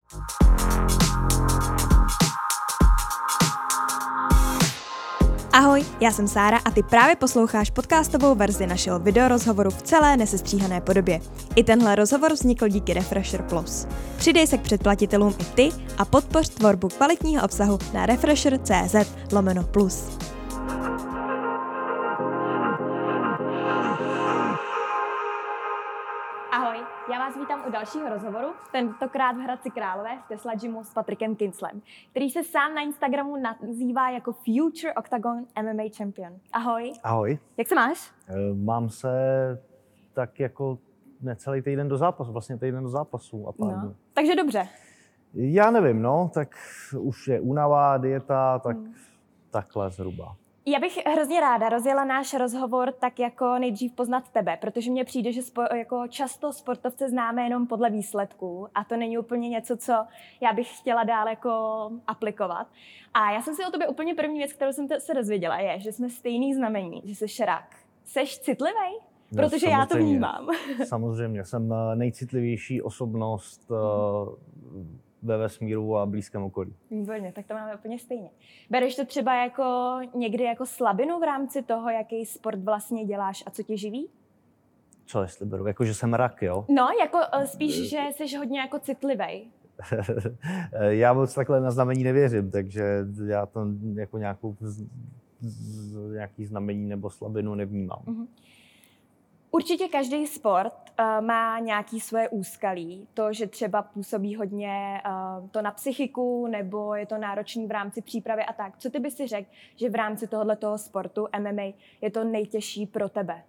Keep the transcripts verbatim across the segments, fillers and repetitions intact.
Ahoj, já jsem Sára a ty právě posloucháš podcastovou verzi našeho videorozhovoru v celé nesestříhané podobě. I tenhle rozhovor vznikl díky Refresher Plus. Přidej se k předplatitelům i ty a podpoř tvorbu kvalitního obsahu na refresher.cz lomeno plus. Ahoj, já vás vítám u dalšího rozhovoru, tentokrát v Hradci Králové v Tesla Gymu s Patrikem Kinslem, který se sám na Instagramu nazývá jako Future Octagon M M A Champion. Ahoj. Ahoj. Jak se máš? Mám se tak jako necelý týden do zápasu, vlastně týden do zápasu a pár No, dní. takže dobře. Já nevím, no, tak už je únava, dieta, tak hmm. takhle zhruba. Já bych hrozně ráda rozjela náš rozhovor tak jako nejdřív poznat tebe, protože mně přijde, že spo, jako často sportovce známe jenom podle výsledků a to není úplně něco, co já bych chtěla dál jako aplikovat. A já jsem si o tobě úplně první věc, kterou jsem se dozvěděla, je, že jsme stejný znamení, že jsi šerák. Seš citlivý? Protože no, já to vnímám. Samozřejmě, jsem nejcitlivější osobnost hmm. ve vesmíru a blízkém okolí. Výborně, tak to máme úplně stejně. Bereš to třeba jako někdy jako slabinu v rámci toho, jaký sport vlastně děláš a co tě živí? Co jestli beru? Jako, že jsem rak, jo? No, jako spíš, že jsi hodně jako citlivej. Já moc takhle na znamení nevěřím, takže já to jako nějakou, nějaký znamení nebo slabinu nevnímám. Mm-hmm. Určitě každý sport uh, má nějaké svoje úskalí. To, že třeba působí hodně uh, to na psychiku, nebo je to náročný v rámci přípravy a tak. Co ty bys si řekl, že v rámci tohoto sportu M M A je to nejtěžší pro tebe?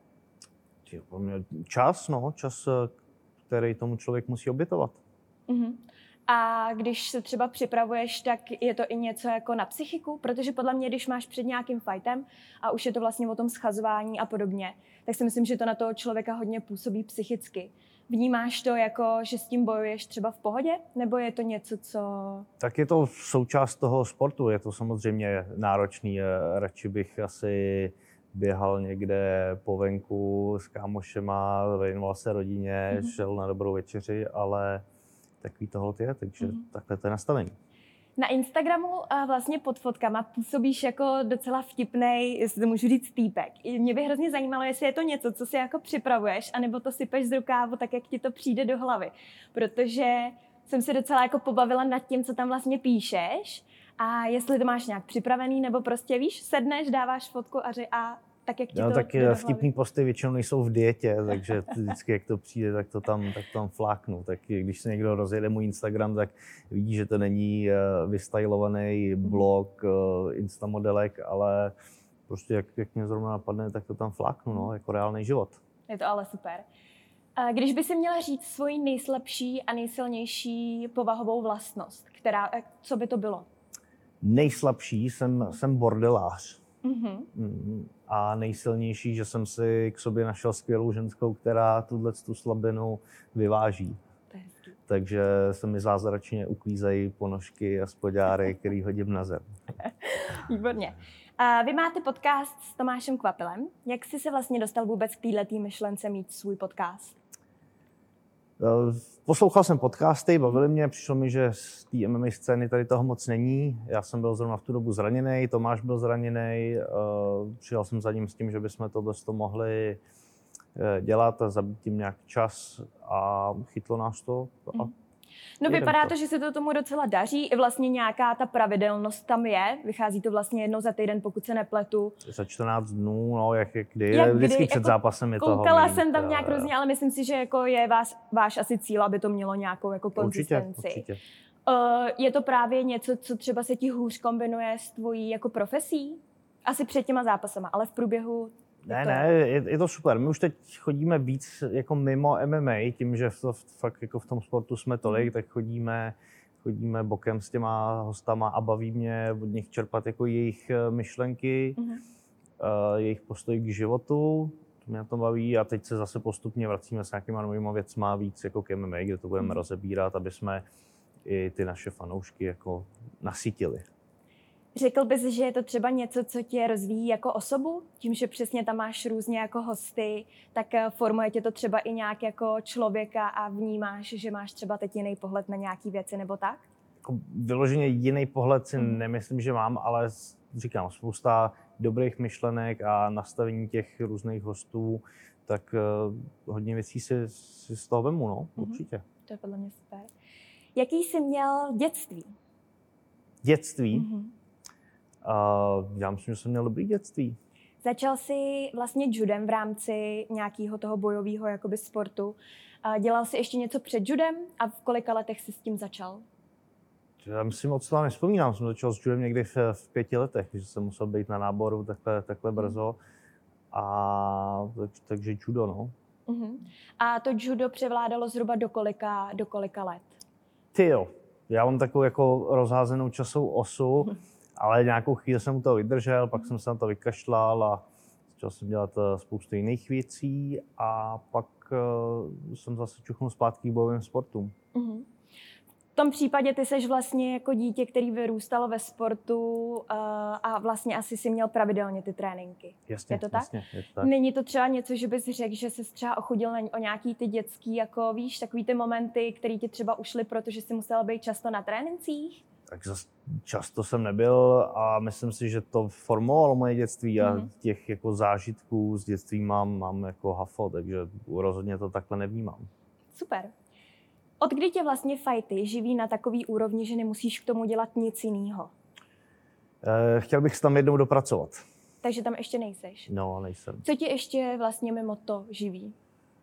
Čas, no, čas, který tomu člověk musí obětovat. Uh-huh. A když se třeba připravuješ, tak je to i něco jako na psychiku? Protože podle mě, když máš před nějakým fightem a už je to vlastně o tom schazování a podobně, tak si myslím, že to na toho člověka hodně působí psychicky. Vnímáš to jako, že s tím bojuješ třeba v pohodě? Nebo je to něco, co... Tak je to součást toho sportu, je to samozřejmě náročný. Radši bych asi běhal někde po venku s kámošema, věnoval se rodině, mm-hmm. šel na dobrou večeři, ale takový tohle je, takže mm-hmm. takhle to je nastavení. Na Instagramu a vlastně pod fotkama působíš jako docela vtipnej, jestli to můžu říct, týpek. Mě by hrozně zajímalo, jestli je to něco, co si jako připravuješ, anebo to sypeš z rukávu tak, jak ti to přijde do hlavy. Protože jsem se docela jako pobavila nad tím, co tam vlastně píšeš a jestli to máš nějak připravený, nebo prostě víš, sedneš, dáváš fotku a, ři- a tak, jak ti no, to tak jde vtipný posty většinou nejsou v dietě, takže vždycky, jak to přijde, tak to tam, tak to tam fláknu. Tak když se někdo rozjede můj Instagram, tak vidí, že to není vystylovaný blog instamodelek, ale prostě jak, jak mě zrovna napadne, tak to tam fláknu, no, jako reálný život. Je to ale super. Když by si měla říct svoji nejslabší a nejsilnější povahovou vlastnost, která, co by to bylo? Nejslabší jsem, jsem bordelář. Mm-hmm. A nejsilnější, že jsem si k sobě našel skvělou ženskou, která tuhle tu slabinu vyváží. Takže se mi zázračně uklízejí ponožky a spodňáry, který hodím na zem. Výborně. A vy máte podcast s Tomášem Kvapilem. Jak jsi se vlastně dostal vůbec k této myšlence mít svůj podcast? Poslouchal jsem podcasty, bavili mě, přišlo mi, že z té M M A scény tady toho moc není. Já jsem byl zrovna v tu dobu zraněný, Tomáš byl zraněný, přijel jsem za ním s tím, že bychom tohle mohli dělat a zabít tím nějak čas a chytlo nás to. A no vypadá to, že se to tomu docela daří, i vlastně nějaká ta pravidelnost tam je, vychází to vlastně jednou za týden, pokud se nepletu. Za čtrnáct dnů, no jak, jak kdy, jak vždycky kdy, před jako zápasem je toho. Koukala jsem tam nějak různě, ale myslím si, že jako je vás, váš asi cíl, aby to mělo nějakou jako konzistenci. Určitě, určitě. Uh, je to právě něco, co třeba se ti hůř kombinuje s tvojí jako profesí? Asi před těma zápasama, ale v průběhu... Ne, to... ne, je, je to super. My už teď chodíme víc jako mimo M M A, tím, že to fakt jako v tom sportu jsme tolik, mm. tak chodíme, chodíme bokem s těma hostama a baví mě od nich čerpat jako jejich myšlenky, mm. uh, jejich postoj k životu. To mě na tom baví a teď se zase postupně vracíme s nějakýma novýma věcma víc jako k M M A, kde to budeme mm. rozebírat, aby jsme i ty naše fanoušky jako nasytili. Řekl bys, že je to třeba něco, co tě rozvíjí jako osobu? Tím, že přesně tam máš různě jako hosty, tak formuje tě to třeba i nějak jako člověka a vnímáš, že máš třeba teď jiný pohled na nějaký věci nebo tak? Jako vyloženě jiný pohled si Mhm. nemyslím, že mám, ale říkám, spousta dobrých myšlenek a nastavení těch různých hostů, tak uh, hodně věcí si, si z toho vemu, no, Mhm. určitě. To je podle mě super. Jaký jsi měl dětství? Dětství? Mhm. Uh, já myslím, že jsem měl dobrý dětství. Začal jsi vlastně judem v rámci nějakého toho bojového jakoby sportu. A dělal jsi ještě něco před judem a v kolika letech jsi s tím začal? Já myslím, moc to nevzpomínám. Jsem začal s judem někdy v, v pěti letech, že jsem musel být na náboru takhle, takhle brzo. A tak, takže judo, no. Uh-huh. A to judo převládalo zhruba do kolika, do kolika let? Ty jo, já mám takovou jako rozházenou časovou osu, ale nějakou chvíli jsem u toho vydržel, pak jsem se na to vykašlal a začal jsem dělat spoustu jiných věcí a pak uh, jsem zase čuchnul zpátky k bojovým sportům. Uh-huh. V tom případě ty seš vlastně jako dítě, který vyrůstalo ve sportu uh, a vlastně asi si měl pravidelně ty tréninky. Jasně, je to tak? Jasně, je to tak? Není to třeba něco, že bys řekl, že jsi třeba ochudil o nějaký ty dětský, jako víš, takový ty momenty, které ti třeba ušly, protože jsi musel být často na trénincích? Tak zase často jsem nebyl a myslím si, že to formovalo moje dětství a Mhm. těch jako zážitků z dětství mám, mám jako hafo, takže rozhodně to takhle nevnímám. Super. Od kdy tě vlastně fajty živí na takový úrovni, že nemusíš k tomu dělat nic jiného? Eh, chtěl bych se tam jednou dopracovat. Takže tam ještě nejseš. No, nejsem. Co tě ještě vlastně mimo to živí?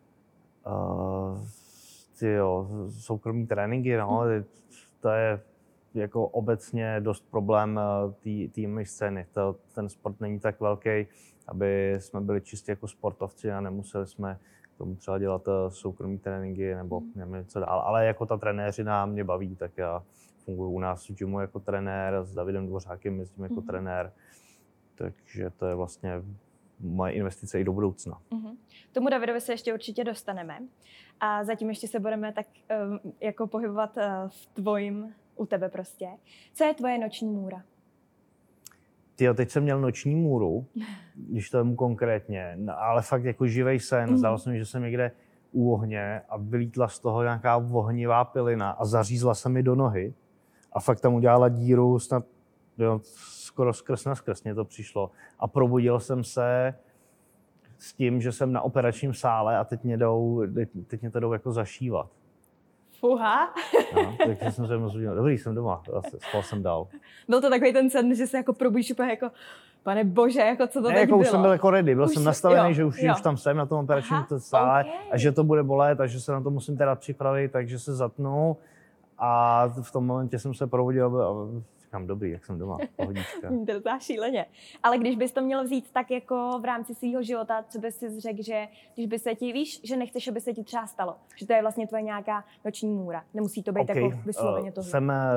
Uh, ty jo, soukromý tréninky, no, Mhm. to je jako obecně dost problém té týmové scény. To, ten sport není tak velký, aby jsme byli čistě jako sportovci a nemuseli jsme k tomu třeba dělat soukromý tréninky nebo Mhm. nevím co dál. Ale jako ta trenéřina mě baví, tak já funguji u nás v gymu jako trenér, s Davidem Dvořákem jezdím jako Mhm. trenér, takže to je vlastně moje investice i do budoucna. Uh-huh. K tomu Davidovi se ještě určitě dostaneme. A zatím ještě se budeme tak um, jako pohybovat uh, v tvojím, u tebe prostě. Co je tvoje noční můra? Tyjo, teď jsem měl noční můru, když to vemu konkrétně, no, ale fakt jako živej sen. Mhm. Zdálo se mi, že jsem někde u ohně a vylítla z toho nějaká ohnivá pilina a zařízla se mi do nohy. A fakt tam udělala díru snad jo, skoro skrz na skrz mě to přišlo. A probudil jsem se s tím, že jsem na operačním sále a teď mě, jdou, teď mě to jdou jako zašívat. Fuha. No, takže jsem se moc udělal, dobrý, jsem doma, spal jsem dál. Byl to takový ten sen, že se jako probudíš úplně jako, pane bože, jako co to ne, teď jako bylo? už jsem byl jako ready, byl Už jsem jsi- nastavený, jo, že už, jo. už tam jsem na tom operačním Aha, sále ok. a že to bude bolet a že se na to musím teda připravit, takže se zatnu a v tom momentě jsem se probudil a říkám, dobrý, jak jsem doma, pohodička. To je docela šíleně. Ale když bys to měl vzít tak jako v rámci svého života, co bys si řekl, že když by se ti, víš, že nechceš, aby se ti třeba stalo, že to je vlastně tvoje nějaká noční můra. Nemusí to být Okay, jako vysloveně eh, tohle. Jsem eh,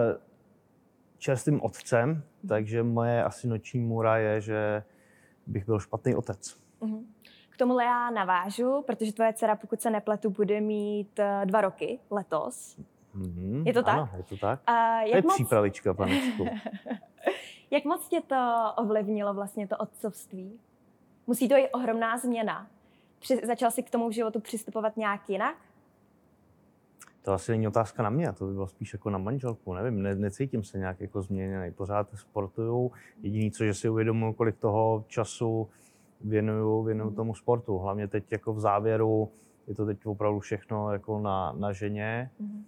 čerstvým otcem, takže moje asi noční můra je, že bych byl špatný otec. Mhm. K tomu já navážu, protože tvoje dcera, pokud se nepletu, bude mít eh, dva roky letos. Mhm, Je to tak? Ano, je to tak. A To je jak, moc, přípravička, panečku. jak moc tě to ovlivnilo vlastně to otcovství? Musí to být ohromná změna. Při, začal jsi k tomu v životu přistupovat nějak jinak? To asi není otázka na mě, to by bylo spíš jako na manželku, nevím, ne, necítím se nějak jako změněný, pořád sportuju, jediný co, že si uvědomuji, kolik toho času věnuju, věnuju tomu sportu, hlavně teď jako v závěru, je to teď opravdu všechno jako na, na ženě Mhm.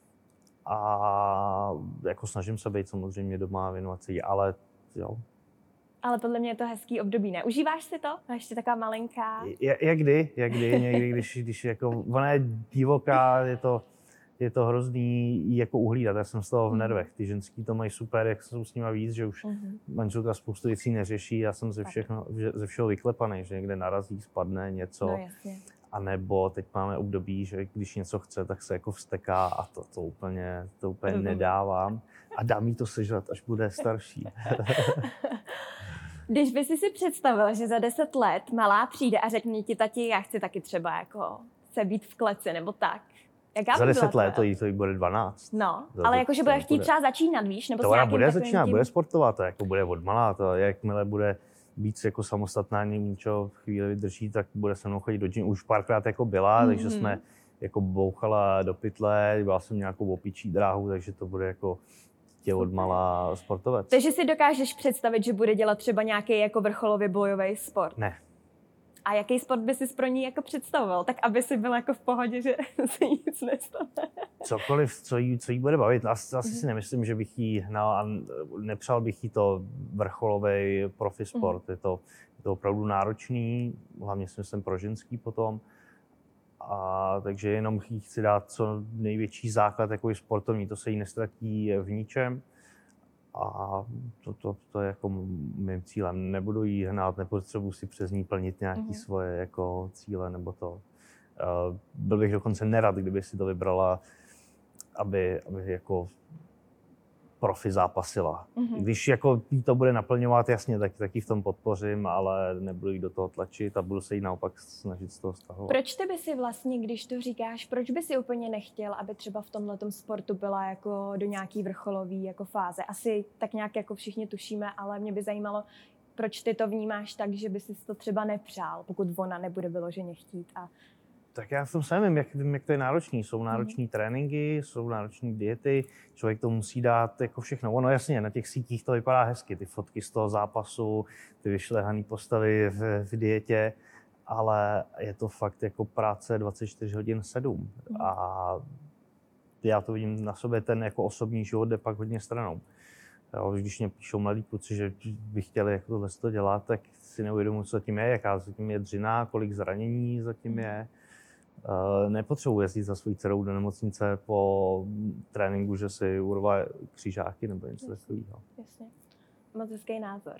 a jako snažím se být samozřejmě doma, věnovat si jí, ale jo. Ale podle mě je to hezký období, ne? Užíváš si to? A ještě taková malinká. Je, jak kdy, jak kdy, někdy, když, když jako, ona je divoká, je to, je to hrozný jí jako uhlídat, já jsem z toho v nervech. Ty ženský to mají super, jak jsou s nima víc, že už Mhm. manželka spoustu věcí neřeší, já jsem ze, všechno, ze všeho vyklepaný, že někde narazí, spadne něco, No jasně. a nebo teď máme období, že když něco chce, tak se jako vzteká a to, to úplně, to úplně Rozumím. nedávám a dám jí to sežrat, až bude starší. Když by si si představil, že za deset let malá přijde a řekne ti tati, já chci taky třeba jako se být v kleci nebo tak, Jaká Za by byla deset let to tvoje? jí, to jí bude dvanáct. No, Za ale to- jakože to bude chtít bude. třeba začínat, víš? Nebo To s ona nějakým bude takovým začínat, tím... bude sportovat, to jako bude odmalá, to jakmile bude víc jako samostatná, něčeho chvíli vydrží, tak bude se mnou chodit do gymu. Už párkrát jako byla, mm-hmm. takže jsme jako bouchala do pytle, byla jsem nějakou opičí dráhu, takže to bude jako tě odmalá sportovec. Takže si dokážeš představit, že bude dělat třeba nějaký jako vrcholově bojový sport? Ne. A jaký sport by si pro ní jako představoval? Tak aby si byl jako v pohodě, že se nic nestane. Cokoliv, co jí, co jí bude bavit. Asi, asi si nemyslím, že bych jí hnal a nepřál bych jí to vrcholový profi sport. Je to, je to opravdu náročný, hlavně si myslím pro ženský potom. A takže jenom jí chci dát co největší základ jako sportovní, to se jí nestratí v ničem. A to, to, to je jako mým cílem. Nebudu jí hnát, nepotřebuji si přes ní plnit nějaké mm-hmm. svoje jako cíle nebo to. Uh, byl bych dokonce nerad, kdyby si to vybrala, aby, aby jako profi zápasila. Mm-hmm. Když jako jí to bude naplňovat, jasně, tak, tak jí v tom podpořím, ale nebudu jí do toho tlačit a budu se jí naopak snažit z toho stahovat. Proč ty by si vlastně, když to říkáš, proč by si úplně nechtěl, aby třeba v tomhletom sportu byla jako do nějaký vrcholový jako fáze? Asi tak nějak jako všichni tušíme, ale mě by zajímalo, proč ty to vnímáš tak, že by si to třeba nepřál, pokud ona nebude vyloženě chtít. A tak já v tom sám vím, jak, vím, jak to je náročný. Jsou náročné mm. tréninky, jsou náročné diety, člověk to musí dát jako všechno. Ono jasně, na těch sítích to vypadá hezky, ty fotky z toho zápasu, ty vyšlehané postavy v, v dietě, ale je to fakt jako práce dvacet čtyři hodin sedm. Mm. A já to vidím na sobě, ten jako osobní život jde pak hodně stranou. Jo, když mě píšou mladí kluci, že by chtěli jako tohle to dělat, tak si neuvědomuji, co zatím je, jaká zatím je dřina, kolik zranění zatím je. Uh, nepotřebuji jezdit za svou dcerou do nemocnice po tréninku, že si urvá křížáky nebo něco takového. Jasně. Moc hezký názor.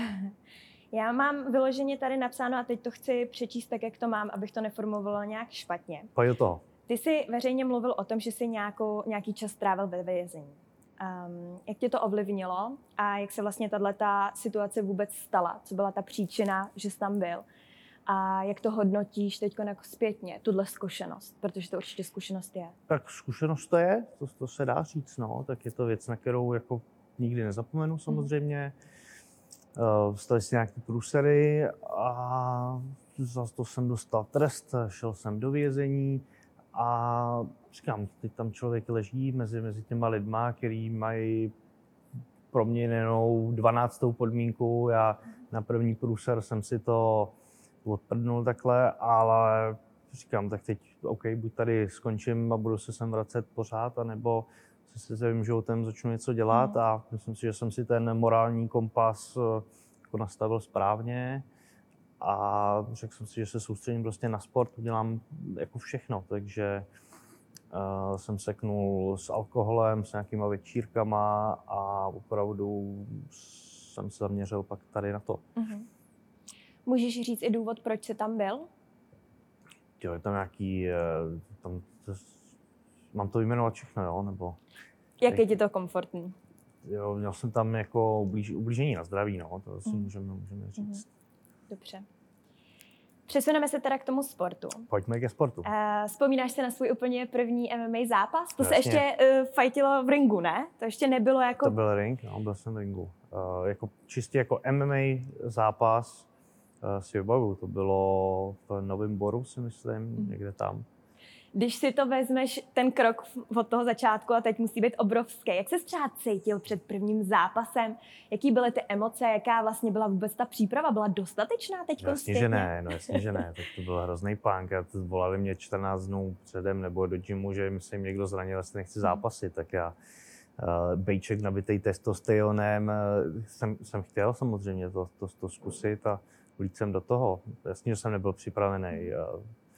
Já mám vyloženě tady napsáno a teď to chci přečíst tak, jak to mám, abych to neformulovala nějak špatně. Pojď do toho. Ty jsi veřejně mluvil o tom, že jsi nějakou, nějaký čas trávil ve vězení. Um, jak tě to ovlivnilo a jak se vlastně tato situace vůbec stala? Co byla ta příčina, že jsi tam byl? A jak to hodnotíš teď jako zpětně, tuhle zkušenost? Protože to určitě zkušenost je. Tak zkušenost to je, to, to se dá říct, no. Tak je to věc, na kterou jako nikdy nezapomenu samozřejmě. Mm. Staly si nějaké průsery a za to jsem dostal trest, šel jsem do vězení a říkám, teď tam člověk leží mezi, mezi těma lidma, který mají proměněnou dvanáctou podmínku. Já na první průser jsem si to odprdnul takhle, ale říkám, tak teď OK, buď tady skončím a budu se sem vracet pořád, anebo se se svým životem začnu něco dělat a myslím si, že jsem si ten morální kompas jako nastavil správně a řekl jsem si, že se soustředím prostě na sport, udělám jako všechno, takže uh, jsem seknul s alkoholem, s nějakýma večírkama a opravdu jsem se zaměřil pak tady na to. Mm-hmm. Můžeš říct i důvod, proč jsi tam byl? Jo, je tam nějaký, tam, to, mám to vyjmenovat všechno, jo, nebo... Jak je ti to komfortní? Jo, měl jsem tam jako ublíž, ublížení na zdraví, no, to si mm. můžeme, můžeme říct. Mm. Dobře. Přesuneme se teda k tomu sportu. Pojďme ke sportu. Uh, vzpomínáš se na svůj úplně první M M A zápas? To Jasně. se ještě uh, fajtilo v ringu, ne? To ještě nebylo jako... To byl ring, no, byl jsem v ringu. Uh, jako, čistě jako M M A zápas uh, si vybavuju, to bylo v Novém Boru, si myslím, mm. někde tam. Když si to vezmeš, ten krok od toho začátku a teď musí být obrovský. Jak ses třeba cítil před prvním zápasem? Jaký byly ty emoce? Jaká vlastně byla vůbec ta příprava? Byla dostatečná teď? Jasně, že ne, no jasně, že ne. Tak to byl hrozný pánk. A volali mě čtrnáct dnů předem nebo do gymu, že se jim někdo zranil, jestli nechci zápasit. Tak já uh, bejček nabitej testosteronem uh, jsem, jsem chtěl samozřejmě to, to, to zkusit a vlít jsem do toho. Jasně, že jsem nebyl připravený. Uh,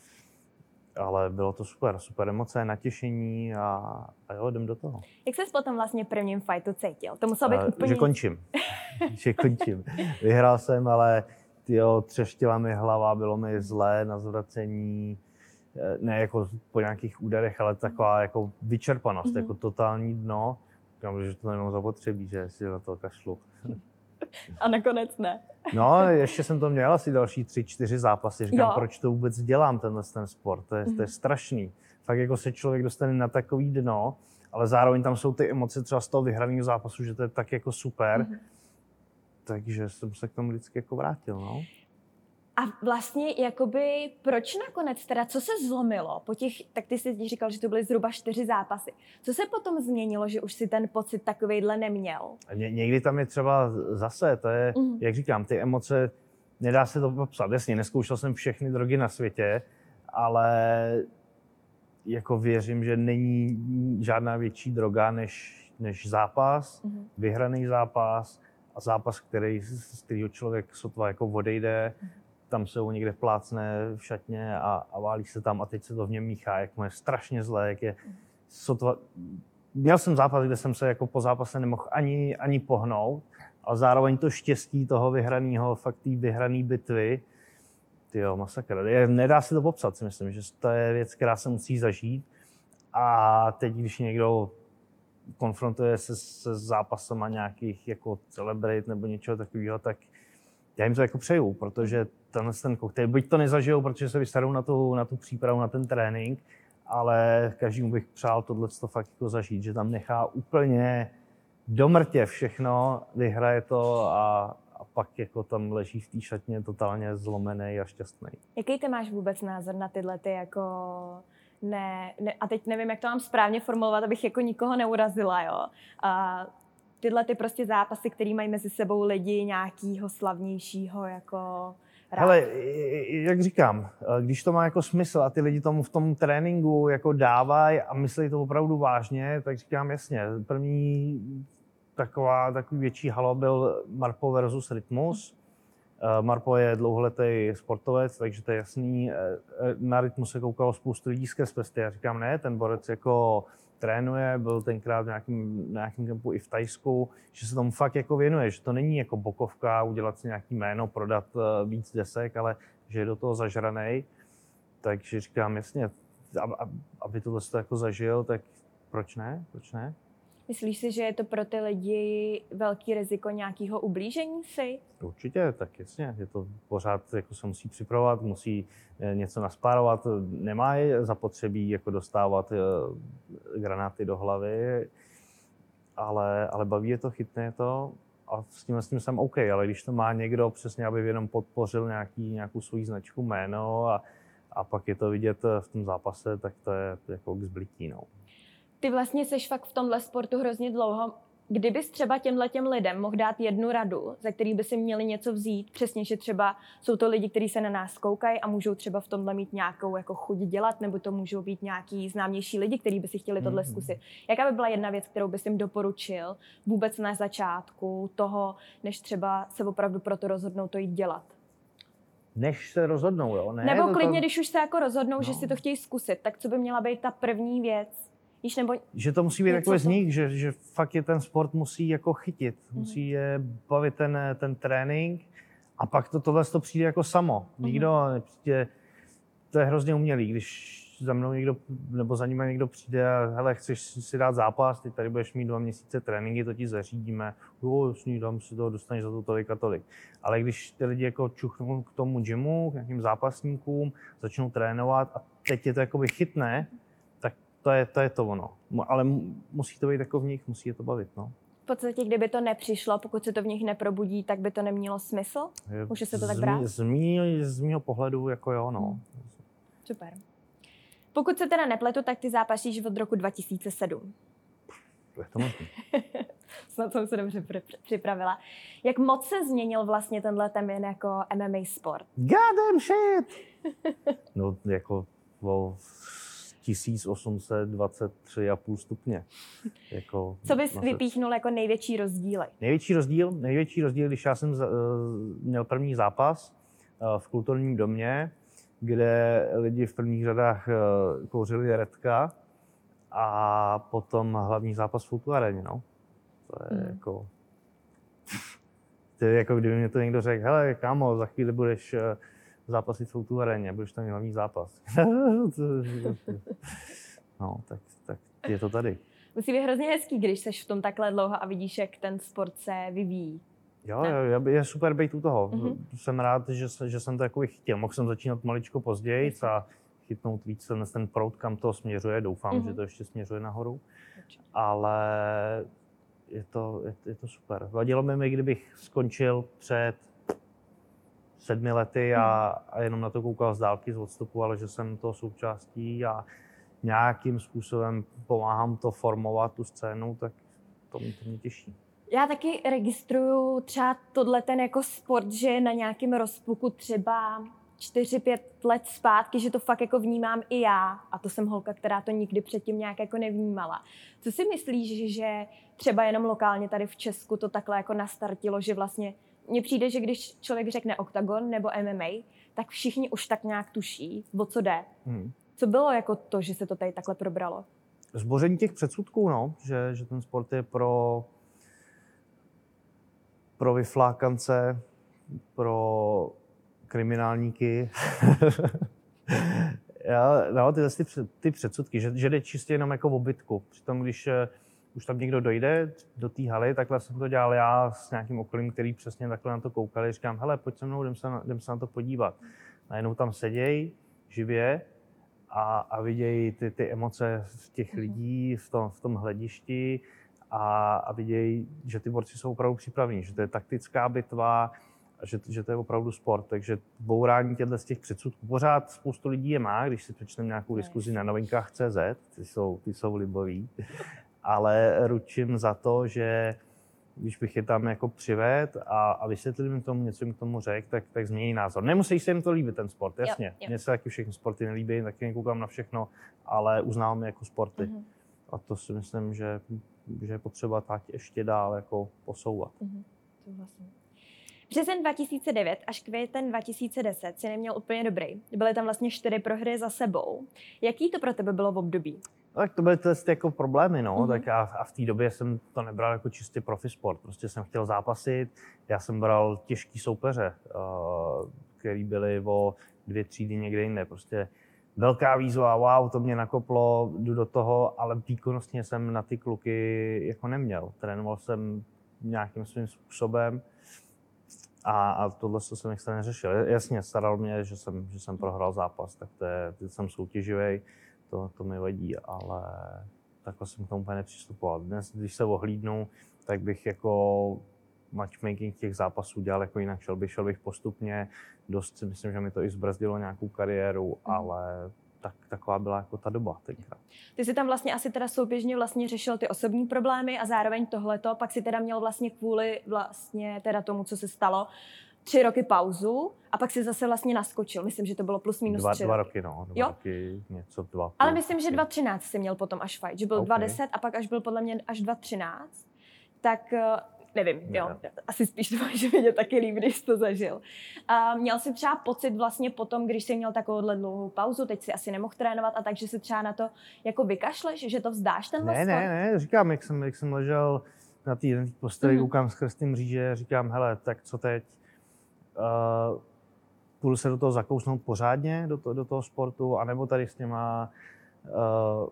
ale bylo to super, super emoce, natěšení a, a jo, jdem do toho. Jak ses potom vlastně v prvním fightu cítil? To muselo být uh, úplně... Že končím, že končím. Vyhrál jsem, ale tyjo, třeštila mi hlava, bylo mi zlé na zvracení, ne jako po nějakých úderech, ale taková jako vyčerpanost, mm-hmm. jako totální dno. Říkám, že to nemám zapotřebí, že si na to kašlu. A nakonec ne. No, ještě jsem to měl asi další tři, čtyři zápasy. Říkám, jo. proč to vůbec dělám, tenhle ten sport. To je, mm. to je strašný. fakt jako se člověk dostane na takový dno, ale zároveň tam jsou ty emoce třeba z toho vyhraného zápasu, že to je tak jako super. Mm-hmm. Takže jsem se k tomu vždycky jako vrátil, no. A vlastně jakoby proč nakonec teda, co se zlomilo po těch, tak ty jsi říkal, že to byly zhruba čtyři zápasy. Co se potom změnilo, že už si ten pocit takovejhle neměl? Ně, někdy tam je třeba zase, to je, mm. jak říkám, ty emoce, nedá se to popsat. Jasně, neskoušel jsem všechny drogy na světě, ale jako věřím, že není žádná větší droga než, než zápas, mm. vyhraný zápas a zápas, který, z kterého člověk sotva jako odejde. Mm. Tam se ho někde plácne v šatně a, a válí se tam a teď se to v něm míchá, jak mu je strašně zlé, jak je sotva... Měl jsem zápas, kde jsem se jako po zápase nemohl ani, ani pohnout, ale zároveň to štěstí toho vyhraného, fakt té vyhrané bitvy, tyjo, masakr. Je, nedá se to popsat, si myslím, že to je věc, která se musí zažít. A teď, když někdo konfrontuje se se zápasama nějakých jako celebrit nebo něčeho takového, tak já jim to jako přeju, protože tenhle ten koktejl, byť to nezažijou, protože se vystarou na tu, na tu přípravu, na ten trénink, ale každému bych přál tohleto fakt jako zažít, že tam nechá úplně do mrtě všechno, vyhraje to a, a pak jako tam leží v té šatně totálně zlomený a šťastný. Jaký ty máš vůbec názor na tyhle ty jako... Ne, ne, a teď nevím, jak to mám správně formulovat, abych jako nikoho neurazila, jo. A tyhle ty prostě zápasy, které mají mezi sebou lidi nějakýho slavnějšího jako rád. Hele, jak říkám, když to má jako smysl a ty lidi tomu v tom tréninku jako dávají a myslí to opravdu vážně, tak říkám jasně, první taková, takový větší halo byl Marpo versus Rytmus. Marpo je dlouholetý sportovec, takže to je jasný. Na Rytmus se koukalo spoustu lidí skrz prsty. Já říkám, ne, ten borec jako trénuje, byl tenkrát v nějakém, nějakém kempu i v Thajsku, že se tomu fakt jako věnuje, že to není jako bokovka, udělat si nějaký jméno, prodat víc desek, ale že je do toho zažranej. Takže říkám, jasně, aby tohle to jako zažil, tak proč ne? Proč ne? Myslíš si, že je to pro ty lidi velký riziko nějakého ublížení si? Určitě, tak jasně. Je to pořád, jako se musí připravovat, musí něco naspárovat. Nemá zapotřebí jako dostávat granáty do hlavy, ale, ale baví je to, chytne je to a s tím, s tím jsem OK. Ale když to má někdo přesně, aby jenom podpořil nějaký, nějakou svou značku, jméno a, a pak je to vidět v tom zápase, tak to je jako k zblití. No. Ty vlastně seš fakt v tomhle sportu hrozně dlouho. Kdybys třeba těmhletěm lidem mohl dát jednu radu, za který by si měli něco vzít, přesně, že třeba jsou to lidi, kteří se na nás koukají a můžou třeba v tomhle mít nějakou jako chuť dělat, nebo to můžou být nějaký známější lidi, kteří by si chtěli tohle mm-hmm. zkusit. Jaká by byla jedna věc, kterou bys jim doporučil vůbec na začátku toho, než třeba se opravdu pro to rozhodnou to jít dělat? Než se rozhodnou, jo? Ne, nebo to klidně, to... když už se jako rozhodnou, no. že si to chtějí zkusit, tak co by měla být ta první věc? Nebo že to musí být takové z nich, že, že fakt je ten sport musí jako chytit, mm. musí je bavit ten, ten trénink a pak to tohle to přijde jako samo. Nikdo mm. nepřijde, to je hrozně umělý, když za mnou někdo, nebo za ním někdo přijde a hele, chceš si dát zápas, ty tady budeš mít dva měsíce tréninky, to ti zařídíme, jo, jasný, dám si to, dostaneš za to tolik a tolik. Ale když ty lidi jako čuchnou k tomu gymu, k nějakým zápasníkům, začnou trénovat a teď je to jakoby chytné, To je, to je to ono. Ale musí to být jako v nich, musí je to bavit, no. V podstatě, kdyby to nepřišlo, pokud se to v nich neprobudí, tak by to nemělo smysl? Může se to tak brát? Z, mý, z mýho pohledu jako jo, no. Hmm. Super. Pokud se teda nepletu, tak ty zápasíš od roku dva tisíce sedm. Je to možný. Snad jsem se dobře připravila. Jak moc se změnil vlastně tenhle ten jako M M A sport? God damn shit! No jako wow. tisíc osm set dvacet tři a půl stupně. Jako, co bys vypíchnul jako největší rozdíly? Největší rozdíl, největší rozdíl, když já jsem uh, měl první zápas uh, v kulturním domě, kde lidi v prvních řadách uh, kouřili redka a potom hlavní zápas v Fultu-aréně, no. To je hmm. jako... to je jako kdyby mě to někdo řekl, hele kámo, za chvíli budeš uh, zápasit v Fultu-aréně, budeš tam hlavní zápas. No, tak, tak je to tady. Musí být hrozně hezký, když seš v tom takhle dlouho a vidíš, jak ten sport se vyvíjí. Jo, jo, je super být u toho. Mm-hmm. Jsem rád, že, že jsem to jako chytil. Mohl jsem začínat maličko později a chytnout víc ten, ten proud, kam to směřuje. Doufám, mm-hmm. že to ještě směřuje nahoru. Ale je to, je, je to super. Vadilo by mi, kdybych skončil před sedmi lety a, a jenom na to koukal z dálky, z odstupu, ale že jsem to součástí a nějakým způsobem pomáhám to formovat, tu scénu, tak to mě, to mě těší. Já taky registruju třeba tohle ten jako sport, že je na nějakém rozpuku třeba čtyři pět let zpátky, že to fakt jako vnímám i já. A to jsem holka, která to nikdy předtím nějak jako nevnímala. Co si myslíš, že třeba jenom lokálně tady v Česku to takhle jako nastartilo, že vlastně mně přijde, že když člověk řekne oktagon nebo M M A, tak všichni už tak nějak tuší, o co jde. Hmm. Co bylo jako to, že se to tady takhle probralo? Zboření těch předsudků, no, že, že ten sport je pro, pro vyflákance, pro kriminálníky. Já, no, ty, ty, ty předsudky, že, že jde čistě jenom jako o bitku. Přitom, když už tam někdo dojde do té haly, takhle jsem to dělal já s nějakým okolím, který přesně takhle na to koukali. Říkám, hele, pojď se mnou, jdem se na, jdem se na to podívat. Najednou tam seděj živě a, a vidějí ty, ty emoce těch lidí v tom, v tom hledišti a, a vidějí, že ty borci jsou opravdu připraveni, že to je taktická bitva, a že, že to je opravdu sport. Takže bourání těchto z těch předsudků pořád spoustu lidí je má, když si přečteme nějakou diskuzi na novinkách tečka cé zet, ty jsou, ty jsou liboví. Ale ručím za to, že když bych je tam jako přived a, a vysvětlil jim tomu, něco jim k tomu řekl, tak, tak změní názor. Nemusí se jim to líbit, ten sport, jasně. Mně se taky všechny sporty nelíbí, taky nekoukám na všechno, ale uznávám je jako sporty. Mm-hmm. A to si myslím, že, že je potřeba tak ještě dál jako posouvat. Mm-hmm. Souhlasím. Březen dva tisíce devět až květen dva tisíce deset si neměl úplně dobrý. Byly tam vlastně čtyři prohry za sebou. Jaký to pro tebe bylo v období? Tak to byly ty jako problémy, no. Mm-hmm. Tak a, a v té době jsem to nebral jako čistě profi sport. Prostě jsem chtěl zápasit. Já jsem bral těžký soupeře, uh, který byli o dvě třídy někde jinde. Prostě velká výzva, wow, to mě nakoplo, jdu do toho, ale výkonnostně jsem na ty kluky jako neměl. Trénoval jsem nějakým svým způsobem. A, a tohle jsem extra neřešil. Jasně, staral mě, že jsem, že jsem prohrál zápas, tak to je, teď jsem soutěživý, to, to mi vadí, ale takhle jsem k tomu úplně nepřistupoval. Dnes, když se ohlídnu, tak bych jako matchmaking těch zápasů dělal jako jinak. Šel bych, šel bych postupně, dost si myslím, že mi to i zbrzdilo nějakou kariéru, mm. ale tak, taková byla jako ta doba tenkrát. Ty jsi tam vlastně asi teda souběžně vlastně řešil ty osobní problémy a zároveň tohleto, pak si teda měl vlastně kvůli vlastně teda tomu, co se stalo, tři roky pauzu a pak si zase vlastně naskočil. Myslím, že to bylo plus minus dva, tři dva roky. roky. no. Dva jo? roky, něco, dva. Ale myslím, že dva třináct si měl potom až fight, že byl okay. dva deset a pak až byl podle mě až dva třináct. Tak nevím, ne. jo, asi spíš to máš vidět taky líp, když jsi to zažil. A měl jsi třeba pocit vlastně potom, když jsi měl takovouhle dlouhou pauzu, teď si asi nemohl trénovat a takže si třeba na to jako vykašleš, že to vzdáš tenhle ne, sport? Ne, ne, říkám, jak jsem, jak jsem ležel na té posteli, mm-hmm. koukám z krstým mříže, říkám, hele, tak co teď? Uh, půjdu se do toho zakousnout pořádně, do, to, do toho sportu, anebo tady s těma uh,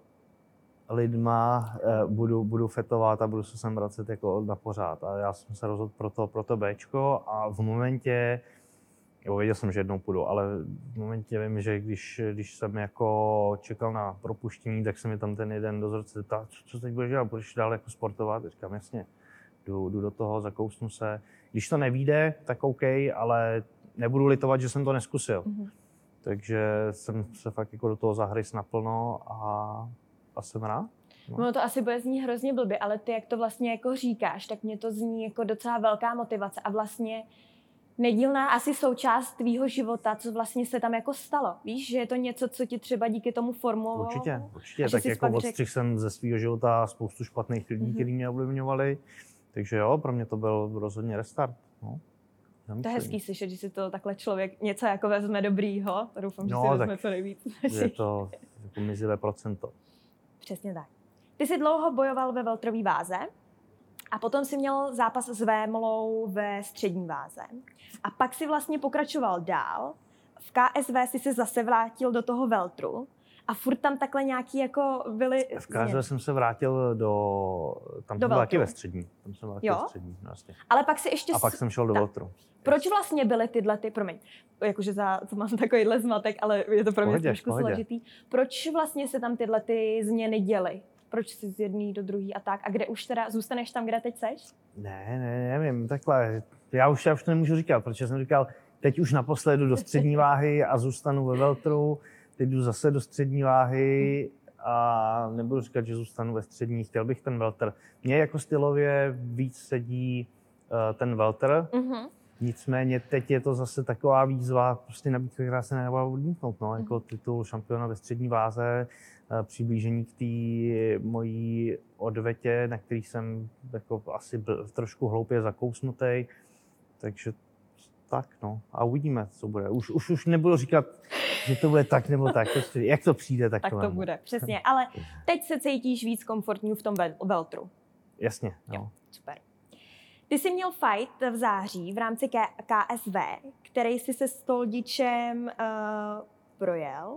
lidma uh, budu, budu fetovat a budu se sem vracet jako na pořád. A já jsem se rozhodl pro to, pro to Bčko a v momentě, jo, věděl jsem, že jednou půjdu, ale v momentě vím, že když, když jsem jako čekal na propuštění, tak se mi tam ten jeden dozorce zeptal, co, co teď budeš dělat, budeš dál jako sportovat? Říkám, jasně, jdu, jdu do toho, zakousnu se. Když to nevyjde, tak OK, ale nebudu litovat, že jsem to neskusil. Mm-hmm. Takže jsem se fakt jako do toho zahryz naplno a, a jsem rád. No. no to asi bude znít hrozně blbě, ale ty, jak to vlastně jako říkáš, tak mě to zní jako docela velká motivace a vlastně nedílná asi součást tvýho života, co vlastně se tam jako stalo. Víš, že je to něco, co ti třeba díky tomu formovalo? Určitě, určitě. Tak jako odstřih řek... jsem ze svého života spoustu špatných lidí, mm-hmm. kteří mě ovlivňovali. Takže jo, pro mě to byl rozhodně restart. No. To je hezký slyšet, že si to takhle člověk něco jako vezme dobrýho. Doufám, že no, si vezme co nejvíc. Je to jako mizivé procento. Přesně tak. Ty jsi dlouho bojoval ve welterové váze a potom si měl zápas s Vémolou ve střední váze. A pak si vlastně pokračoval dál. V K S V si se zase vrátil do toho welteru A furt tam takhle nějaký jako byly... V K S V jsem se vrátil do... Tam do jsem byl taky veltru. ve střední. Tam jsem byl taky Jo? ve střední, no jasně. Ale pak si ještě... A pak jsem šel do tak. veltru. Proč vlastně byly tyhle ty, promiň, jakože za, to mám takovýhle zmatek, ale je to pro mě Pohodě, trošku pohodě. složitý. Proč vlastně se tam tyhle ty změny děly? Proč jsi z jedný do druhý a tak? A kde už teda zůstaneš tam, kde teď seš? Ne, ne, nevím, takhle. Já už, já už to nemůžu říkat, protože jsem říkal, teď už naposled jdu do střední váhy a zůstanu ve veltru, teď jdu zase do střední váhy a nebudu říkat, že zůstanu ve střední, chtěl bych ten veltr. Mně jako stylově víc sedí uh, ten veltr, Mm-hmm. nicméně teď je to zase taková výzva, prostě nabídka, která se nedá odmítnout, no, jako titul šampiona ve střední váze, uh, přiblížení k té mojí odvetě, na který jsem jako asi byl trošku hloupě zakousnutý, takže tak, no. A uvidíme, co bude. Už, už, už nebudu říkat, že to bude tak nebo tak. To, jak to přijde, tak, Tak to to mám. bude, přesně. Ale teď se cítíš víc komfortní v tom vel- veltru. Jasně, Jo, no. super. Ty jsi měl fight v září v rámci K- KSV, který jsi se Stoldičem uh, projel.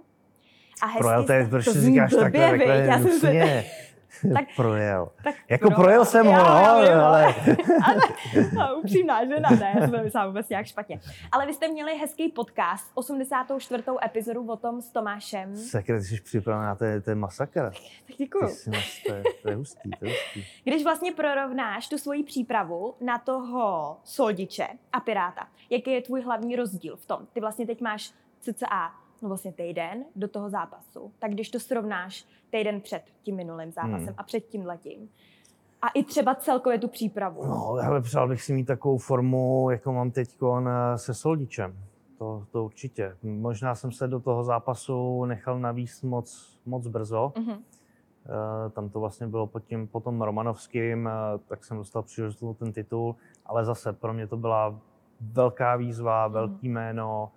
A hezky Projel, to je, jste- proč to si zní říkáš blbě, takhle, viď? takhle Já jsem se- nusně. Tak- projel. Tak Jako pro- projel jsem ho, Já- no, já vím, ale... ale no, upřímná žena, ne, já jsem to myslela vůbec nějak špatně. Ale vy jste měli hezký podcast, osmdesátou čtvrtou epizodu o tom s Tomášem. Sakra, ty jsi připravená, to je, to je masakr. Tak děkuju. Ty jsi, to, je, to je hustý, to je hustý. Když vlastně prorovnáš tu svoji přípravu na toho Soldiče a Piráta, jaký je tvůj hlavní rozdíl v tom? Ty vlastně teď máš cca no vlastně týden do toho zápasu. Tak když to srovnáš týden před tím minulým zápasem Hmm. a před tímhletím a i třeba celkově tu přípravu. No, hele, přál bych si mít takovou formu, jako mám teď se Soldičem. To, to určitě. Možná jsem se do toho zápasu nechal navíst moc, moc brzo. Mhm. Uh, tam to vlastně bylo pod tím, po tom Romanovským, uh, tak jsem dostal příležitost ten titul, ale zase pro mě to byla velká výzva, velký jméno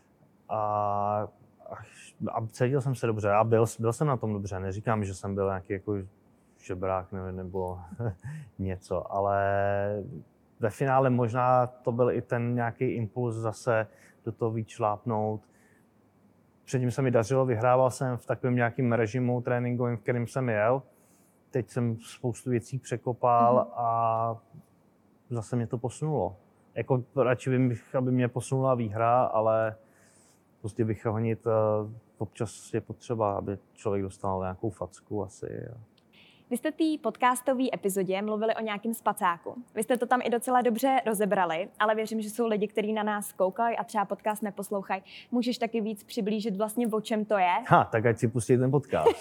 a, a cítil jsem se dobře a byl, byl jsem na tom dobře. Neříkám, že jsem byl nějaký jako žebrák nebo, nebo něco, ale ve finále možná to byl i ten nějaký impuls zase do toho víc šlápnout. Předtím se mi dařilo, vyhrával jsem v takovém nějakém režimu tréninkovém, v kterém jsem jel. Teď jsem spoustu věcí překopal mm-hmm. a zase mě to posunulo. Jako radši bych, aby mě posunula výhra, ale prostě vychonit občas je potřeba, aby člověk dostal nějakou facku asi. Vy jste té podcastové epizodě mluvili o nějakém spacáku. Vy jste to tam i docela dobře rozebrali, ale věřím, že jsou lidi, kteří na nás koukají a třeba podcast neposlouchají. Můžeš taky víc přiblížit vlastně, o čem to je? Ha, tak ať si pustí ten podcast.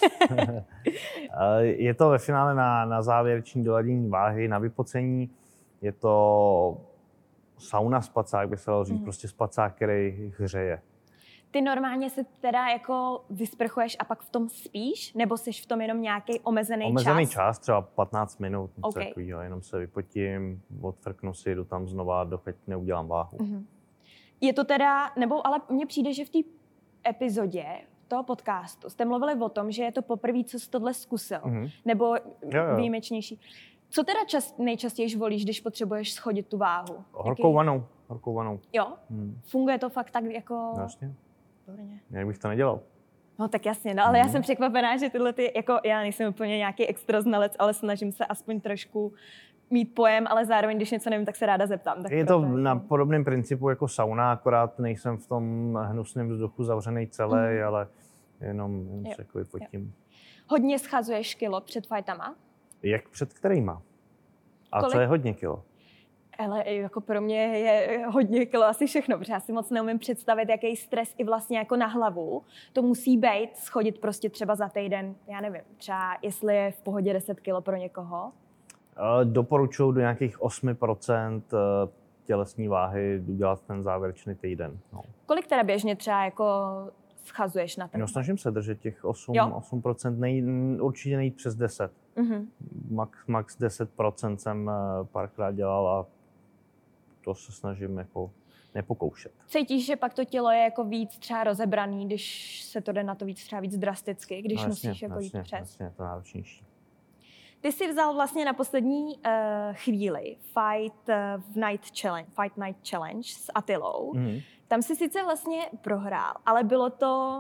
Je to ve finále na, na závěrečný doladění váhy, na vypocení. Je to sauna spacák, by se dalo říct, mm. prostě spacák, který hřeje. Ty normálně se teda jako vysprchuješ a pak v tom spíš? Nebo jsi v tom jenom nějaký omezený čas? Omezený čas, třeba patnáct minut, něco Okay. takového, jenom se vypotím, odfrknu si, jdu tam znova, dokud neudělám váhu. Mm-hmm. Je to teda, nebo ale mně přijde, že v té epizodě toho podcastu jste mluvili o tom, že je to poprvé, co jsi tohle zkusil, Mm-hmm. nebo Jo, jo. výjimečnější. Co teda čas, nejčastěji volíš, když potřebuješ schodit tu váhu? Horkou vanou, horkou vanou. Jo? Hmm. Funguje to fakt tak jako... No, jasně, Výborně. jak bych to nedělal. No tak jasně, no ale Mhm. já jsem překvapená, že tyhle ty, jako já nejsem úplně nějaký extra znalec, ale snažím se aspoň trošku mít pojem, ale zároveň, když něco nevím, tak se ráda zeptám. Tak Je to proto, na jako- podobném principu jako sauna, akorát nejsem v tom hnusném vzduchu zavřený celý, Mhm. ale jenom, jenom Jo, se jako vypotím. Hodně schazuješ kilo před fightama? Jak před kterýma? A Kolik? co je hodně kilo? Ale jako pro mě je hodně kilo asi všechno, protože já si moc neumím představit, jaký stres i vlastně jako na hlavu to musí být, schodit prostě třeba za týden, já nevím, třeba jestli je v pohodě deset kilo pro někoho. Doporučuji do nějakých osm procent tělesní váhy udělat ten závěrečný týden. No. Kolik teda běžně třeba jako schazuješ na ten? No, snažím se držet těch osm, Jo. osm procent, nej, určitě nejít přes deset. Mhm. Max, max deset procent jsem eh, párkrát dělal a to se snažím jako nepokoušet. Cítíš, že pak to tělo je jako víc třeba rozebraný, když se to jde na to víc třeba víc drasticky, když No, jasně, musíš jako jasně, jít přes? jasně, to je náročnější. Ty jsi vzal vlastně na poslední uh, chvíli Fight uh, v Night Challenge, Fight Night Challenge s Attilou. Mhm. Tam si sice vlastně prohrál, ale bylo to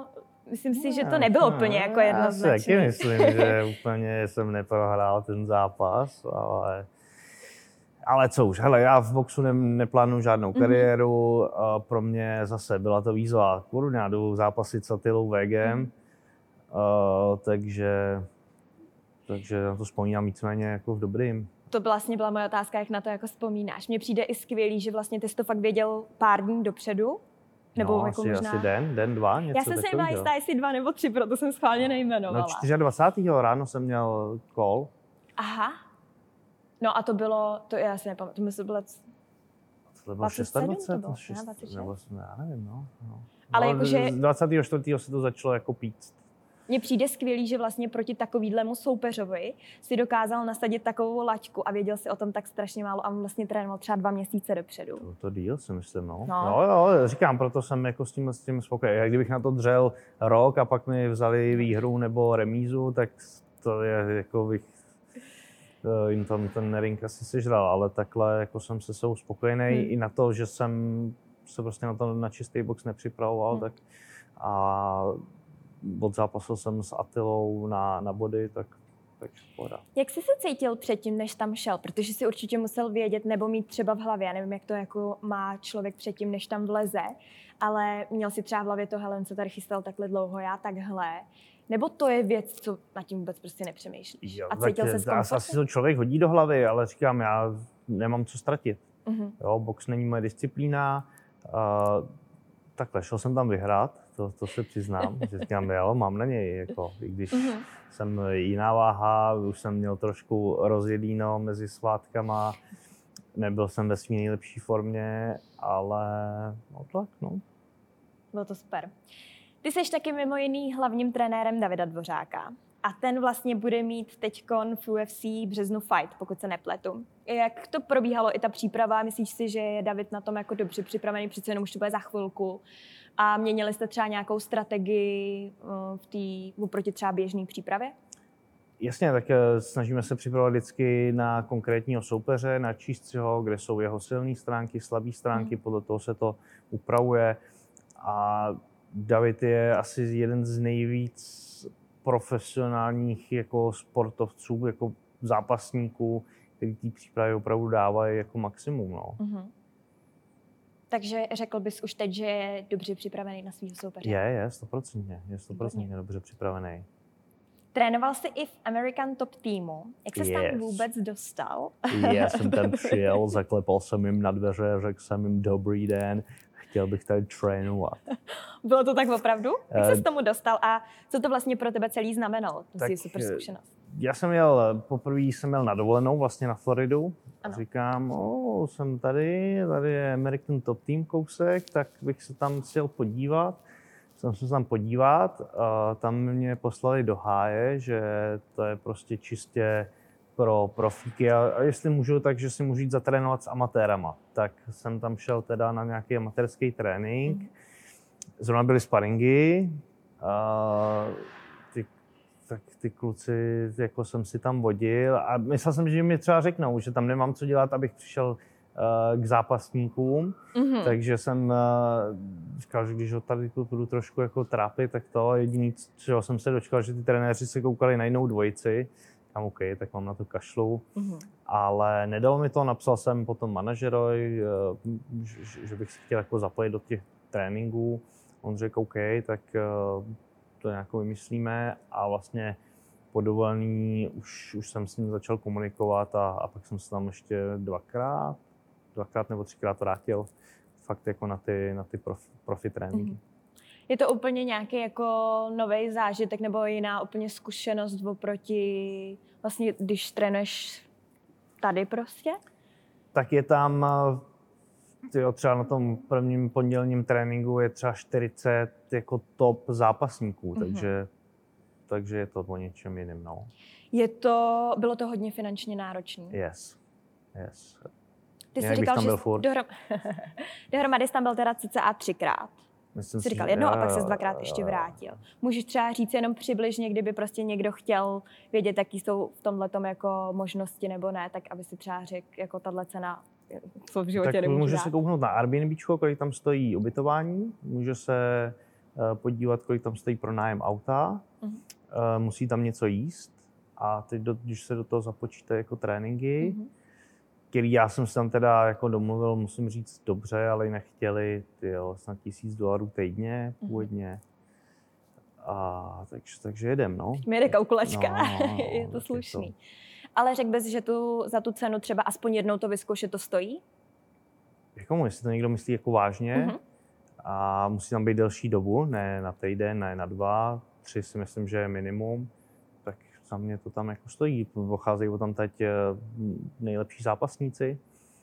myslím si, že to nebylo úplně jako jednoznačné. Já si taky myslím, že úplně jsem neprohrál ten zápas, ale, ale co už, hele, já v boxu ne, neplánuju žádnou kariéru, mm-hmm. Pro mě zase byla to výzva, kurňa, já jdu zápasit s Attilou Vegem, mm. uh, takže, takže na to vzpomínám víceméně jako v dobrým. To vlastně byla moje otázka, jak na to jako vzpomínáš. Mně přijde i skvělý, že vlastně ty jsi to fakt věděl pár dní dopředu. Nebo no, jako asi, možná... asi den, den, dva, něco Já jsem se nebyla jistá, jestli dva nebo tři, proto jsem schválně nejmenovala. No dvacátého ráno jsem měl call. Aha. No a to bylo, to já si nepamatuji, to myslím, bylo... To bylo dvacet sedm, to bylo, šest, nebo já nevím, no. no. Ale no, jakože... dvacátého čtvrtého se to začalo jako pít. Mně přijde skvělý, že vlastně proti takovýhlemu soupeřovi si dokázal nasadit takovou laťku a věděl si o tom tak strašně málo a on vlastně trénoval třeba dva měsíce dopředu. To, to díl si myslím, no. no. Jo, jo, říkám, proto jsem jako s tím, s tím spokojený. Jak kdybych na to dřel rok a pak mi vzali výhru nebo remízu, tak to je jako bych jim tam ten ring asi sežral, ale takhle jako jsem se sou spokojený hmm. i na to, že jsem se prostě na to na čistý box nepřipravoval, hmm. tak a odzápasil jsem s Attilou na, na body, tak, tak pohoda. Jak jsi se cítil předtím, než tam šel? Protože jsi určitě musel vědět nebo mít třeba v hlavě, já nevím, jak to jako má člověk předtím, než tam vleze, ale měl si třeba v hlavě to, hele, on se tady chystal takhle dlouho, já takhle. Nebo to je věc, co nad tím vůbec prostě nepřemýšlíš? Jo, a cítil se komfortně? Asi to člověk hodí do hlavy, ale říkám, já nemám co ztratit. Uh-huh. Jo, box není moje disciplína. Uh, takhle, šel jsem tam vyhrát, to, to se přiznám. Že říkám, jo, mám na něj, jako, i když uh-huh. jsem jiná váha, už jsem měl trošku rozjedíno mezi svátkama, nebyl jsem ve své nejlepší formě, ale no tak, no. Bylo to super. Ty jsi taky mimo jiný hlavním trenérem Davida Dvořáka. A ten vlastně bude mít teďkon v U F C březnu fight, pokud se nepletu. Jak to probíhalo i ta příprava? Myslíš si, že je David na tom jako dobře připravený? Přece jenom už to bude za chvilku. A měnili jste třeba nějakou strategii v té oproti třeba běžné přípravě? Jasně, tak snažíme se připravovat vždycky na konkrétního soupeře, načíst si ho, kde jsou jeho silné stránky, slabé stránky, hmm. podle toho se to upravuje. A David je asi jeden z nejvíc profesionálních jako sportovců, jako zápasníků, který té přípravy opravdu dávají jako maximum. No. Uh-huh. Takže řekl bys už teď, že je dobře připravený na svého soupeře? Je, je, stoprocentně. Je stoprocentně dobře připravený. Trénoval jsi i v American Top týmu. Jak ses yes. tam vůbec dostal? Já jsem tam přijel, zaklepal jsem jim na dveře, řekl jsem jim dobrý den, chtěl bych tady trénovat. Bylo to tak opravdu? Jak uh, ses tomu dostal a co to vlastně pro tebe celý znamenalo? To je super zkušenost. Já jsem jel, poprvé jsem jel na dovolenou vlastně na Floridu. Ano. Říkám, o, jsem tady, tady je American Top Team kousek, tak bych se tam chtěl podívat. Jsem se tam podívat, a tam mě poslali do háje, že to je prostě čistě pro profíky a, a jestli můžu, takže si můžu jít zatrénovat s amatérama. Tak jsem tam šel teda na nějaký amatérský trénink. Mm. Zrovna byly sparingy, a ty, tak ty kluci, jako jsem si tam vodil a myslel jsem, že mi třeba řeknou, že tam nemám co dělat, abych přišel k zápasníkům, mm-hmm. takže jsem uh, říkal, že když ho tady budu trošku jako trápit, tak to jediný, čeho jsem se dočkal, že ty trenéři se koukali na jinou dvojici, tam OK, tak mám na to kašlu, mm-hmm. ale nedalo mi to, napsal jsem potom manažerovi, uh, že, že bych se chtěl jako zapojit do těch tréninků, on řekl OK, tak uh, to nějak vymyslíme a vlastně po dovolený už, už jsem s ním začal komunikovat a, a pak jsem se tam ještě dvakrát dvakrát nebo třikrát vrátil fakt jako na ty, na ty profi, profi tréninky. Mm-hmm. Je to úplně nějaký jako nový zážitek nebo jiná úplně zkušenost oproti vlastně, když trénuješ tady prostě? Tak je tam, tyjo, třeba na tom prvním pondělním tréninku je třeba čtyřicet jako top zápasníků, mm-hmm. takže, takže je to o něčem jiným. No. Je to, bylo to hodně finančně náročné? Yes, yes. Ty jsi říkal, že dohrom... dohromady jsi tam byl teda cca třikrát. Myslím jsi říkal že... jednou jo, a pak se dvakrát jo, ještě vrátil. Můžeš třeba říct jenom přibližně, kdyby prostě někdo chtěl vědět, jaký jsou v tomhletom jako možnosti nebo ne, tak aby si třeba řekl, jako tahle cena, co v životě tak nemůže může dát. se kouknout na Airbnb, kolik tam stojí ubytování, může se podívat, kolik tam stojí pronájem auta, uh-huh. musí tam něco jíst a teď, do, když se do toho započítají jako tréninky, uh-huh. který já jsem si tam teda jako domluvil, musím říct dobře, ale jinak chtěli tyjo, snad tisíc dolarů týdně původně. A takže, takže jedem, no. Mi jede kalkulačka, no, no, je to slušný. To. Ale řekl bys, že tu, za tu cenu třeba aspoň jednou to vyzkoušet to stojí? Jako, jestli to někdo myslí jako vážně uh-huh. a musí tam být delší dobu, ne na týden, ne na dva, tři si myslím, že je minimum, tak za mě to tam jako stojí. Pocházejí tam teď nejlepší zápasníci,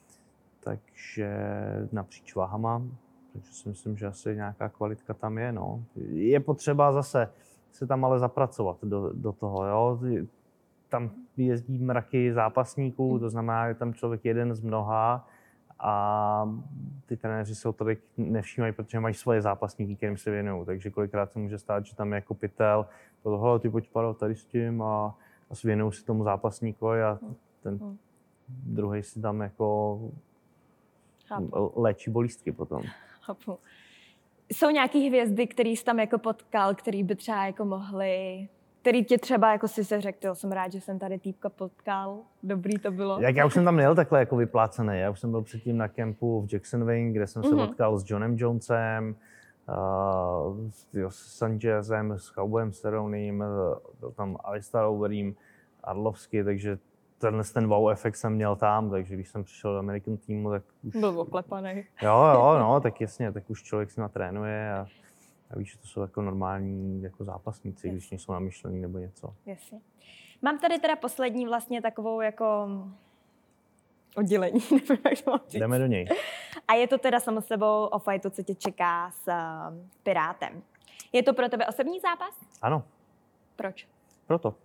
takže napříč váhama, takže si myslím, že asi nějaká kvalitka tam je. No. Je potřeba zase se tam ale zapracovat do, do toho. Jo. Tam jezdí mraky zápasníků, to znamená, že tam člověk jeden z mnoha a ty trenéři se o tolik nevšímají, protože mají svoje zápasníky, kterým se věnují. Takže kolikrát se může stát, že tam je jako pytel, tohle ty pojď padat tady s tím a, a věnují si tomu zápasníkovi a ten hmm. druhý si tam jako Chápu. léčí bolístky potom. Chápu. Jsou nějaký hvězdy, který jsi tam jako potkal, který by třeba jako mohli, který tě třeba jako si se řekl, jsem rád, že jsem tady týpka potkal, dobrý to bylo. Jak já už jsem tam nejel takhle jako vyplácený, já už jsem byl předtím na kempu v Jacksonville, kde jsem se mm-hmm. potkal s Johnem Jonesem, uh, s Sanchezem, s Cowboyem Cerronem, byl tam Alistair Overeem, Arlovsky, takže tenhle ten wow efekt jsem měl tam, takže když jsem přišel do American týmu, tak už... Byl oklepaný. Jo, jo, no, tak jasně, tak už člověk si natrénuje a, a víš, že to jsou jako normální jako zápasníci, yes. když nejsou namyšlení nebo něco. Jasně. Mám tady teda poslední vlastně takovou jako oddělení, nevím, jak to mám říct. Jdeme do něj. A je to teda samo sebou o fightu, co tě čeká s uh, Pirátem. Je to pro tebe osobní zápas? Ano. Proč? Proto.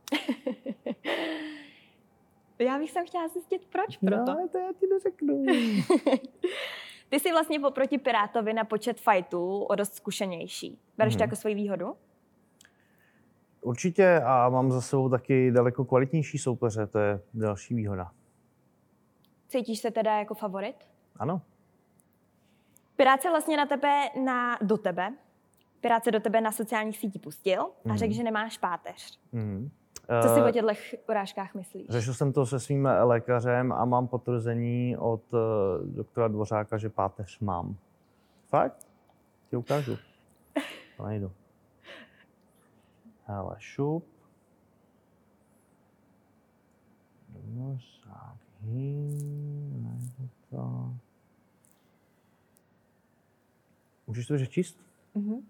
Já bych se chtěla zjistit, proč proto. No, to já ti neřeknu. Ty jsi vlastně oproti Pirátovi na počet fightů o dost zkušenější. Bereš mm-hmm. to jako svoji výhodu? Určitě a mám za sebou taky daleko kvalitnější soupeře, to je další výhoda. Cítíš se teda jako favorit? Ano. Pirát se vlastně na tebe, na, do tebe, Pirát se do tebe na sociálních sítích pustil a mm-hmm. řekl, že nemáš páteř. Mm-hmm. Co si o těchto urážkách myslíš? Řešil jsem to se svým lékařem a mám potvrzení od uh, doktora Dvořáka, že páteř mám. Fakt? Ti ukážu. To nejdu. Hele, šup. Dvořák, hý, najdu to. Můžeš to číst? Mhm.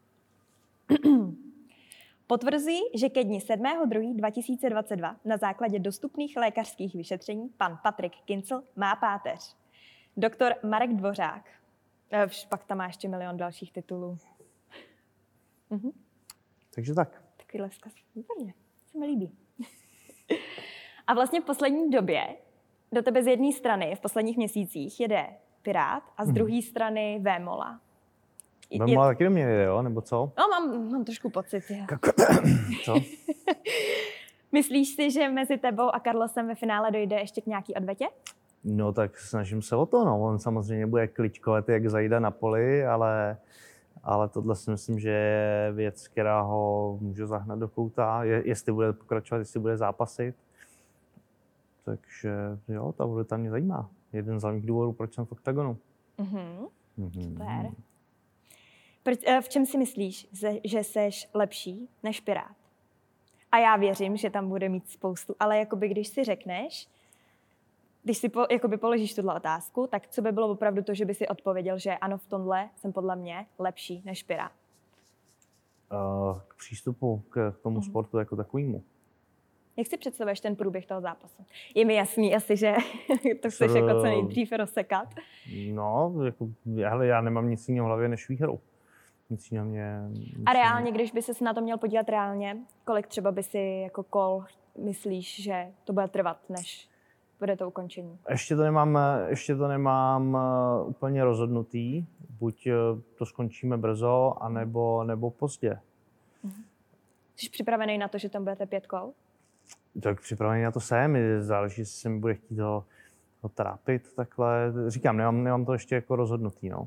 Potvrzí, že ke dni sedmého druhého dva tisíce dvacet dva na základě dostupných lékařských vyšetření pan Patrik Kincl má páteř. Doktor Marek Dvořák. Pak tam má ještě milion dalších titulů. Mhm. Takže tak. Takovýhle vzkaz. Výborně. Se mi líbí. A vlastně v poslední době do tebe z jedné strany v posledních měsících jede Pirát a z mhm. druhé strany Vémola. Vémola taky do mě jede, jo? Nebo co? No, mám, mám trošku pocit. Co? Myslíš si, že mezi tebou a Carlosem ve finále dojde ještě k nějaký odvetě? No tak snažím se o to, no. On samozřejmě bude kličkovat jak zajda na poli, ale, ale tohle si myslím, že je věc, která ho může zahnat do kouta, je, jestli bude pokračovat, jestli bude zápasit. Takže jo, ta odveta mě zajímá. Jeden z hlavních důvodů, proč jsem v oktagonu. Mhm, mm-hmm. Super. Proč, v čem si myslíš, že seš lepší než Pirát? A já věřím, že tam bude mít spoustu, ale jakoby když si řekneš, když si po, jakoby položíš tuhle otázku, tak co by bylo opravdu to, že by si odpověděl, že ano, v tomhle jsem podle mě lepší než Pirát? Uh, k přístupu k tomu mm-hmm. sportu jako takovému. Jak si představuješ ten průběh toho zápasu? Je mi jasný asi, že to chceš jako co nejdřív rozsekat. No, jako, hele, já nemám nic jiného v hlavě než výhru. Nic jiného mě... Nic A reálně, když by se na to měl podívat reálně, kolik třeba by si jako kol myslíš, že to bude trvat, než bude to ukončení? Ještě to nemám, ještě to nemám úplně rozhodnutý. Buď to skončíme brzo, anebo, nebo pozdě. Mhm. Jsi připravený na to, že tam budete pět kol? Tak připravený na to jsem, záleží, jestli se mi bude chtít ho, ho trápit takhle. Říkám, nemám, nemám to ještě jako rozhodnutý, no.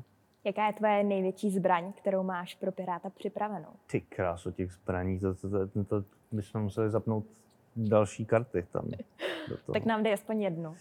Jaká je tvoje největší zbraň, kterou máš pro Piráta připravenou? Ty kráso, těch zbraní, to, to, to, to, to bychom museli zapnout další karty tam. Do toho. Tak nám dej aspoň jednu.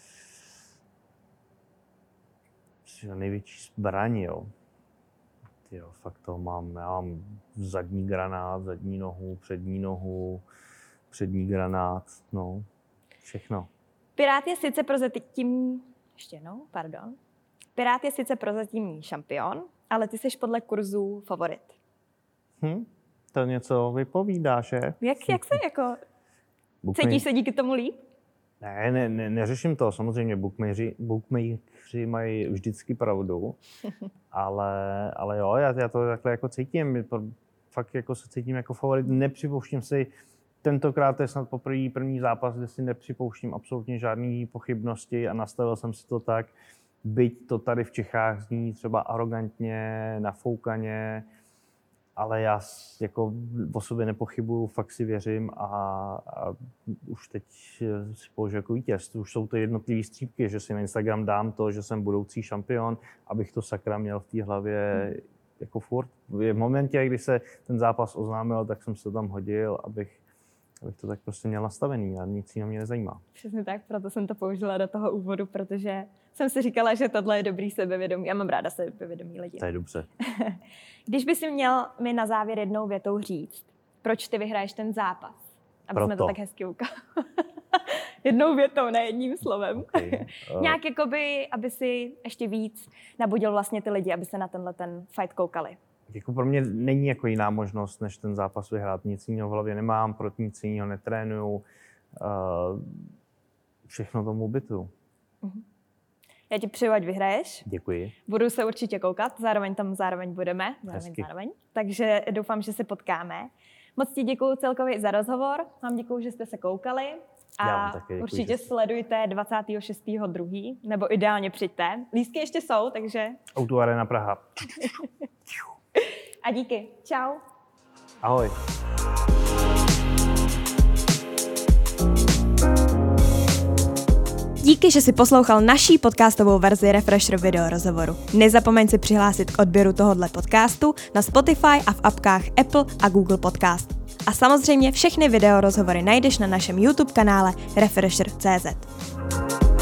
Největší zbraň, jo. Jo, fakt to mám. Já mám zadní granát, zadní nohu, přední nohu, přední granát, no, všechno. Pirát je sice prozatím... Ještě jednou, pardon. Pirát je sice prozatímní šampion, ale ty jsi podle kurzu favorit. Hm? To něco vypovídá, že? Jak, jak se jako... Bookmaker... Cítíš se díky tomu líp? Ne, ne, ne, neřeším to. Samozřejmě bookmakeři, bookmakeři mají vždycky pravdu, ale, ale jo, já, já to takhle jako cítím. Fakt jako se cítím jako favorit. Nepřipouštím si, tentokrát to je snad poprvé první zápas, kde si nepřipouštím absolutně žádné pochybnosti a nastavil jsem si to tak, byť to tady v Čechách zní třeba arrogantně, nafoukaně, ale já jako o sobě nepochybuju, fakt si věřím a, a už teď si položím jako vítěz. Už jsou to jednotlivé střípky, že si na Instagram dám to, že jsem budoucí šampion, abych to sakra měl v té hlavě hmm. jako furt. V momentě, kdy se ten zápas oznámil, tak jsem se to tam hodil, abych, abych to tak prostě měl nastavený a nic jiného mě nezajímá. Přesně tak, proto jsem to použila do toho úvodu, protože jsem si říkala, že tohle je dobrý sebevědomí. Já mám ráda sebevědomí lidi. To je dobře. Když bys měl mi na závěr jednou větou říct, proč ty vyhraješ ten zápas? Aby Proto. jsme to tak hezky ukázali. Jednou větou, ne jedním slovem. Okay. Uh... Nějak jakoby, aby si ještě víc nabudil vlastně ty lidi, aby se na tenhle ten fight koukali. Jako pro mě není jako jiná možnost, než ten zápas vyhrát. Nic jiného v hlavě nemám, proti nic jiného netrénuju. Uh, všechno tomu bytu. Uh-huh. Já ti přeju, ať vyhraješ. Děkuji. Budu se určitě koukat, zároveň tam zároveň budeme. Zároveň, zároveň. Takže doufám, že se potkáme. Moc ti děkuju celkově za rozhovor. Vám děkuju, že jste se koukali. A děkuji, určitě že... sledujte dvacátého šestého druhého nebo ideálně přijďte. Lístky ještě jsou, takže... O dva Arena Praha. A díky. Čau. Ahoj. Díky, že si poslouchal naší podcastovou verzi Refresher video rozhovoru. Nezapomeň si přihlásit k odběru tohohle podcastu na Spotify a v apkách Apple a Google Podcast. A samozřejmě všechny video rozhovory najdeš na našem YouTube kanále Refresher tečka cé zet.